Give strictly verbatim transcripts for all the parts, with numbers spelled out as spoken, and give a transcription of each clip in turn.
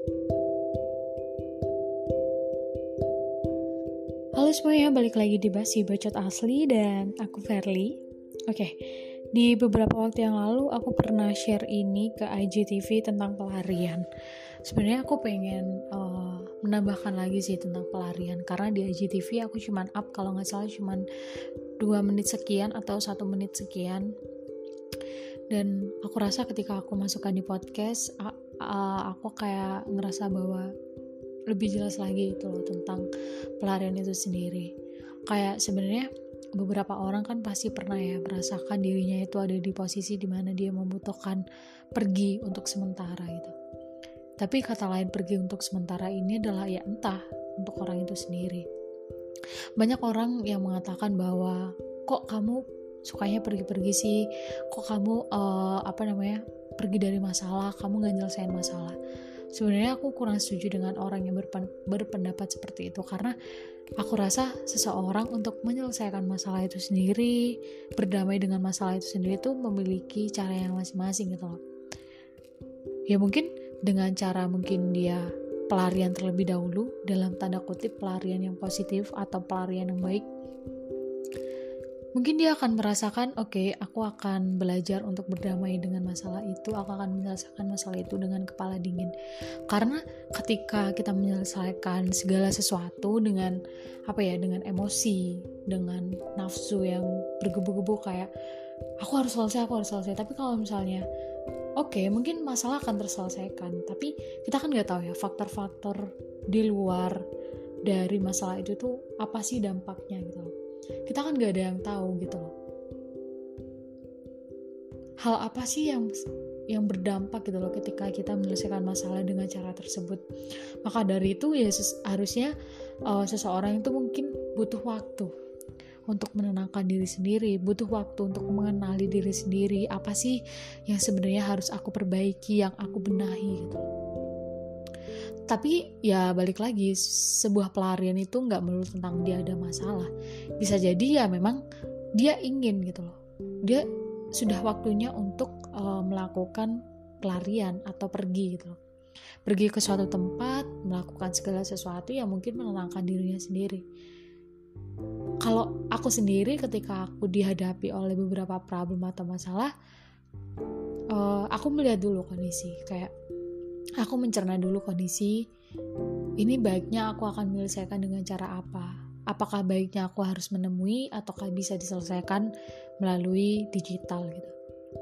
Halo semuanya, balik lagi di Basi Bacot Asli dan aku Verly. Oke, di beberapa waktu yang lalu aku pernah share ini ke I G T V tentang pelarian. Sebenarnya aku pengen uh, menambahkan lagi sih tentang pelarian, karena di I G T V aku cuman up kalau nggak salah cuman dua menit sekian atau satu menit sekian. Dan aku rasa ketika aku masukkan di podcast, uh, uh, aku kayak ngerasa bahwa lebih jelas lagi itu loh tentang pelarian itu sendiri. Kayak sebenarnya beberapa orang kan pasti pernah ya merasakan dirinya itu ada di posisi dimana dia membutuhkan pergi untuk sementara gitu. Tapi kata lain pergi untuk sementara ini adalah ya entah untuk orang itu sendiri. Banyak orang yang mengatakan bahwa kok kamu sukanya pergi-pergi sih, kok kamu uh, apa namanya pergi dari masalah, kamu gak nyelesain masalah. Sebenarnya aku kurang setuju dengan orang yang berpen, berpendapat seperti itu, karena aku rasa seseorang untuk menyelesaikan masalah itu sendiri, berdamai dengan masalah itu sendiri itu memiliki cara yang masing-masing gitu loh. Ya mungkin dengan cara mungkin dia pelarian terlebih dahulu, dalam tanda kutip pelarian yang positif atau pelarian yang baik. Mungkin dia akan merasakan, oke, okay, aku akan belajar untuk berdamai dengan masalah itu, aku akan menyelesaikan masalah itu dengan kepala dingin. Karena ketika kita menyelesaikan segala sesuatu dengan apa ya, dengan emosi, dengan nafsu yang bergebu-gebu kayak aku harus selesai, aku harus selesai. Tapi kalau misalnya, oke, okay, mungkin masalah akan terselesaikan, tapi kita kan nggak tahu ya faktor-faktor di luar dari masalah itu tuh apa sih dampaknya gitu loh. Kita kan gak ada yang tahu gitu loh. Hal apa sih yang yang berdampak gitu loh ketika kita menyelesaikan masalah dengan cara tersebut. Maka dari itu ya ses- harusnya uh, seseorang itu mungkin butuh waktu untuk menenangkan diri sendiri, butuh waktu untuk mengenali diri sendiri, apa sih yang sebenarnya harus aku perbaiki, yang aku benahi gitu. Tapi ya balik lagi, sebuah pelarian itu gak melulu tentang dia ada masalah. Bisa jadi ya memang dia ingin gitu loh, dia sudah waktunya untuk uh, melakukan pelarian atau pergi gitu loh. Pergi ke suatu tempat, melakukan segala sesuatu yang mungkin menenangkan dirinya sendiri. Kalau aku sendiri ketika aku dihadapi oleh beberapa problem atau masalah, uh, aku melihat dulu kondisi, kayak aku mencerna dulu kondisi, ini baiknya aku akan menyelesaikan dengan cara apa? Apakah baiknya aku harus menemui ataukah bisa diselesaikan melalui digital gitu.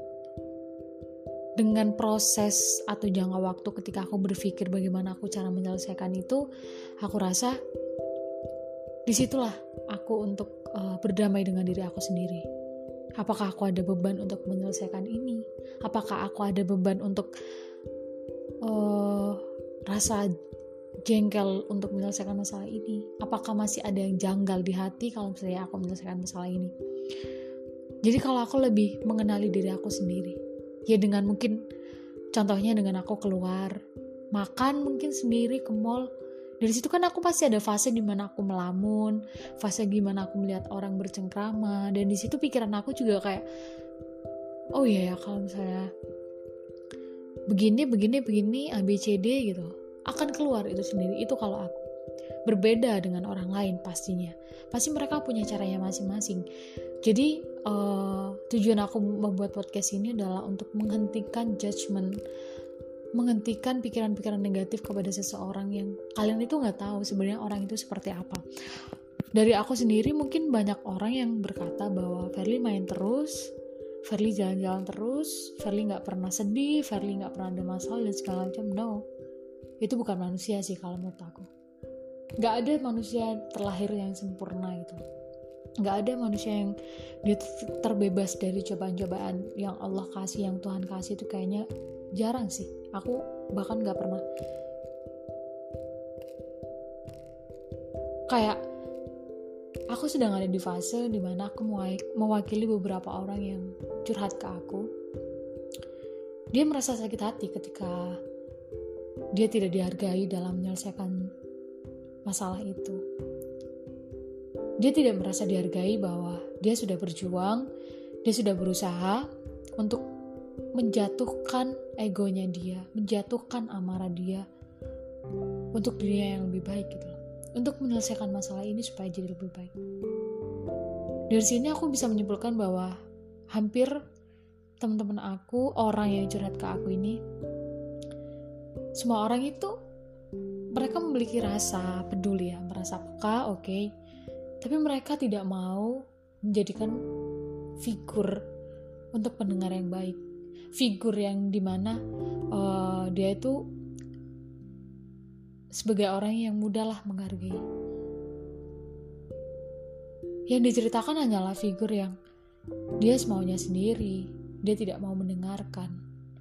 Dengan proses atau jangka waktu ketika aku berpikir bagaimana aku cara menyelesaikan itu, aku rasa disitulah aku untuk uh, berdamai dengan diri aku sendiri. Apakah aku ada beban untuk menyelesaikan ini? Apakah aku ada beban untuk Uh, rasa jengkel untuk menyelesaikan masalah ini? Apakah masih ada yang janggal di hati kalau misalnya aku menyelesaikan masalah ini? Jadi kalau aku lebih mengenali diri aku sendiri, ya dengan mungkin contohnya dengan aku keluar makan mungkin sendiri ke mall. Dari situ kan aku pasti ada fase dimana aku melamun, fase dimana aku melihat orang bercengkrama, dan di situ pikiran aku juga kayak, oh iya ya kalau misalnya begini, begini, begini, A, B, C, D gitu, akan keluar itu sendiri. Itu kalau aku. Berbeda dengan orang lain pastinya. Pasti mereka punya caranya masing-masing. Jadi uh, tujuan aku membuat podcast ini adalah untuk menghentikan judgement, menghentikan pikiran-pikiran negatif kepada seseorang yang kalian itu gak tahu sebenarnya orang itu seperti apa. Dari aku sendiri mungkin banyak orang yang berkata bahwa Verly main terus, Verly jalan-jalan terus, Verly gak pernah sedih, Verly gak pernah ada masalah dan segala macam. No, itu bukan manusia sih kalau menurut aku. Gak ada manusia terlahir yang sempurna gitu. Gak ada manusia yang dia terbebas dari cobaan-cobaan yang Allah kasih, yang Tuhan kasih itu kayaknya jarang sih. Aku bahkan gak pernah. Kayak aku sedang ada di fase dimana aku mewakili beberapa orang yang curhat ke aku. Dia merasa sakit hati ketika dia tidak dihargai dalam menyelesaikan masalah itu. Dia tidak merasa dihargai bahwa dia sudah berjuang, dia sudah berusaha untuk menjatuhkan egonya dia, menjatuhkan amarah dia, untuk dunia yang lebih baik gitu loh. Untuk menyelesaikan masalah ini supaya jadi lebih baik. Dari sini aku bisa menyimpulkan bahwa hampir teman-teman aku, orang yang curhat ke aku ini, semua orang itu mereka memiliki rasa peduli ya, merasa peka, oke, okay, tapi mereka tidak mau menjadikan figur untuk pendengar yang baik, figur yang dimana uh, dia itu sebagai orang yang mudahlah menghargai. Yang diceritakan hanyalah figur yang dia semaunya sendiri, dia tidak mau mendengarkan.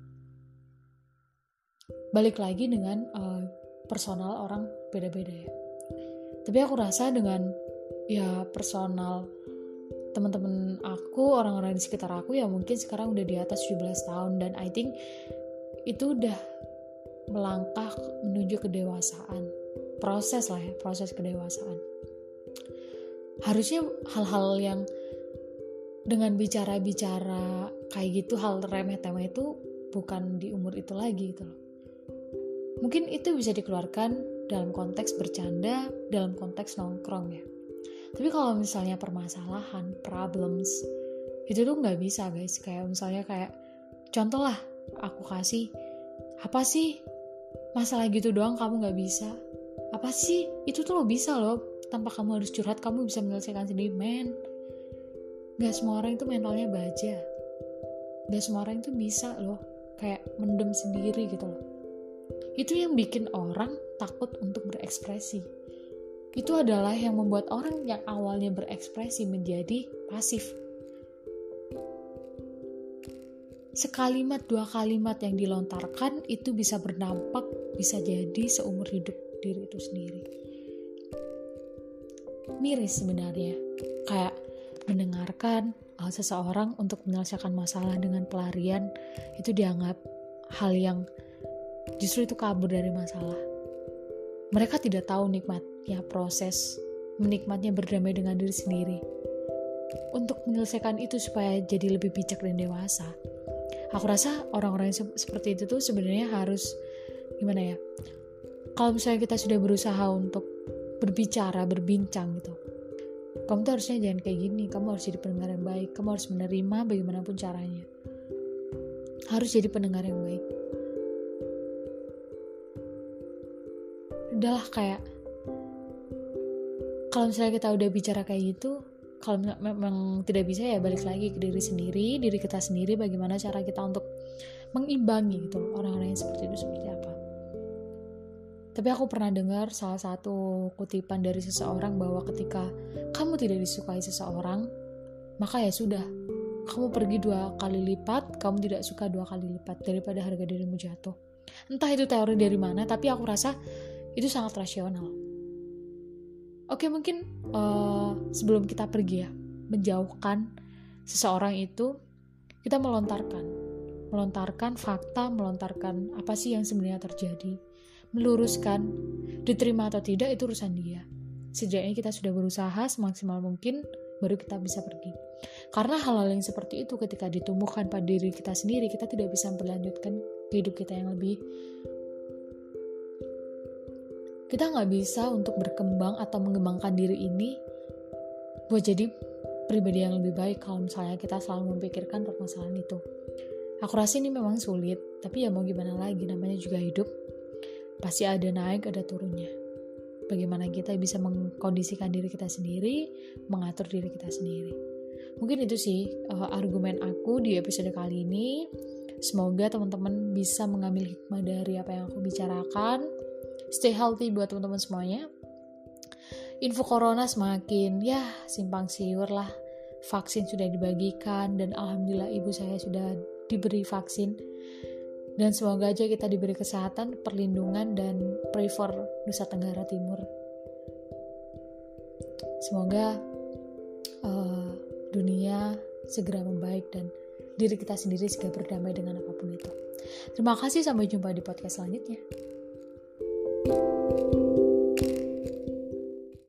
Balik lagi dengan uh, personal orang beda-beda ya. Tapi aku rasa dengan ya personal teman-teman aku, orang-orang di sekitar aku ya mungkin sekarang udah di atas tujuh belas tahun, dan I think itu udah melangkah menuju kedewasaan. Proses lah ya, proses kedewasaan. Harusnya hal-hal yang dengan bicara-bicara kayak gitu, hal remeh-temeh itu bukan di umur itu lagi gitu loh. Mungkin itu bisa dikeluarkan dalam konteks bercanda, dalam konteks nongkrong ya. Tapi kalau misalnya permasalahan, problems, itu tuh gak bisa guys. Kayak misalnya kayak, contoh lah aku kasih, apa sih masalah gitu doang kamu gak bisa? Apa sih? Itu tuh lo bisa loh. Tanpa kamu harus curhat, kamu bisa menyelesaikan sendiri, men. Gak semua orang itu mentalnya baja. Gak semua orang itu bisa loh kayak mendem sendiri gitu loh. Itu yang bikin orang takut untuk berekspresi. Itu adalah yang membuat orang yang awalnya berekspresi menjadi pasif. Sekalimat, dua kalimat yang dilontarkan itu bisa berdampak, bisa jadi seumur hidup diri itu sendiri. Miris sebenarnya, kayak mendengarkan uh, seseorang untuk menyelesaikan masalah dengan pelarian itu dianggap hal yang justru itu kabur dari masalah. Mereka tidak tahu nikmatnya proses, menikmatnya berdamai dengan diri sendiri. Untuk menyelesaikan itu supaya jadi lebih bijak dan dewasa, aku rasa orang-orang yang seperti itu tuh sebenarnya harus gimana ya? Kalau misalnya kita sudah berusaha untuk berbicara, berbincang gitu, kamu tuh harusnya jangan kayak gini, kamu harus jadi pendengar yang baik, kamu harus menerima bagaimanapun caranya, harus jadi pendengar yang baik. Udahlah kayak, kalau misalnya kita udah bicara kayak gitu, kalau memang tidak bisa ya balik lagi ke diri sendiri, diri kita sendiri, bagaimana cara kita untuk mengimbangi gitu orang-orang yang seperti itu seperti apa. Tapi aku pernah dengar salah satu kutipan dari seseorang bahwa ketika kamu tidak disukai seseorang, maka ya sudah, kamu pergi dua kali lipat, kamu tidak suka dua kali lipat daripada harga dirimu jatuh. Entah itu teori dari mana, tapi aku rasa itu sangat rasional. Oke, mungkin uh, sebelum kita pergi ya, menjauhkan seseorang itu, kita melontarkan, melontarkan fakta, melontarkan apa sih yang sebenarnya terjadi. Meluruskan, diterima atau tidak itu urusan dia. Setidaknya kita sudah berusaha semaksimal mungkin, baru kita bisa pergi. Karena hal-hal yang seperti itu ketika ditumbuhkan pada diri kita sendiri, kita tidak bisa melanjutkan hidup kita yang lebih. Kita nggak bisa untuk berkembang atau mengembangkan diri ini buat jadi pribadi yang lebih baik kalau misalnya kita selalu memikirkan permasalahan itu. Aku rasa ini memang sulit, tapi ya mau gimana lagi, namanya juga hidup. Pasti ada naik, ada turunnya. Bagaimana kita bisa mengkondisikan diri kita sendiri, mengatur diri kita sendiri. Mungkin itu sih uh, argumen aku di episode kali ini. Semoga teman-teman bisa mengambil hikmah dari apa yang aku bicarakan. Stay healthy buat teman-teman semuanya. Info corona semakin ya simpang siur lah. Vaksin sudah dibagikan dan alhamdulillah ibu saya sudah diberi vaksin. Dan semoga aja kita diberi kesehatan, perlindungan, dan pray for Nusa Tenggara Timur. Semoga uh, dunia segera membaik dan diri kita sendiri segera berdamai dengan apapun itu. Terima kasih, sampai jumpa di podcast selanjutnya.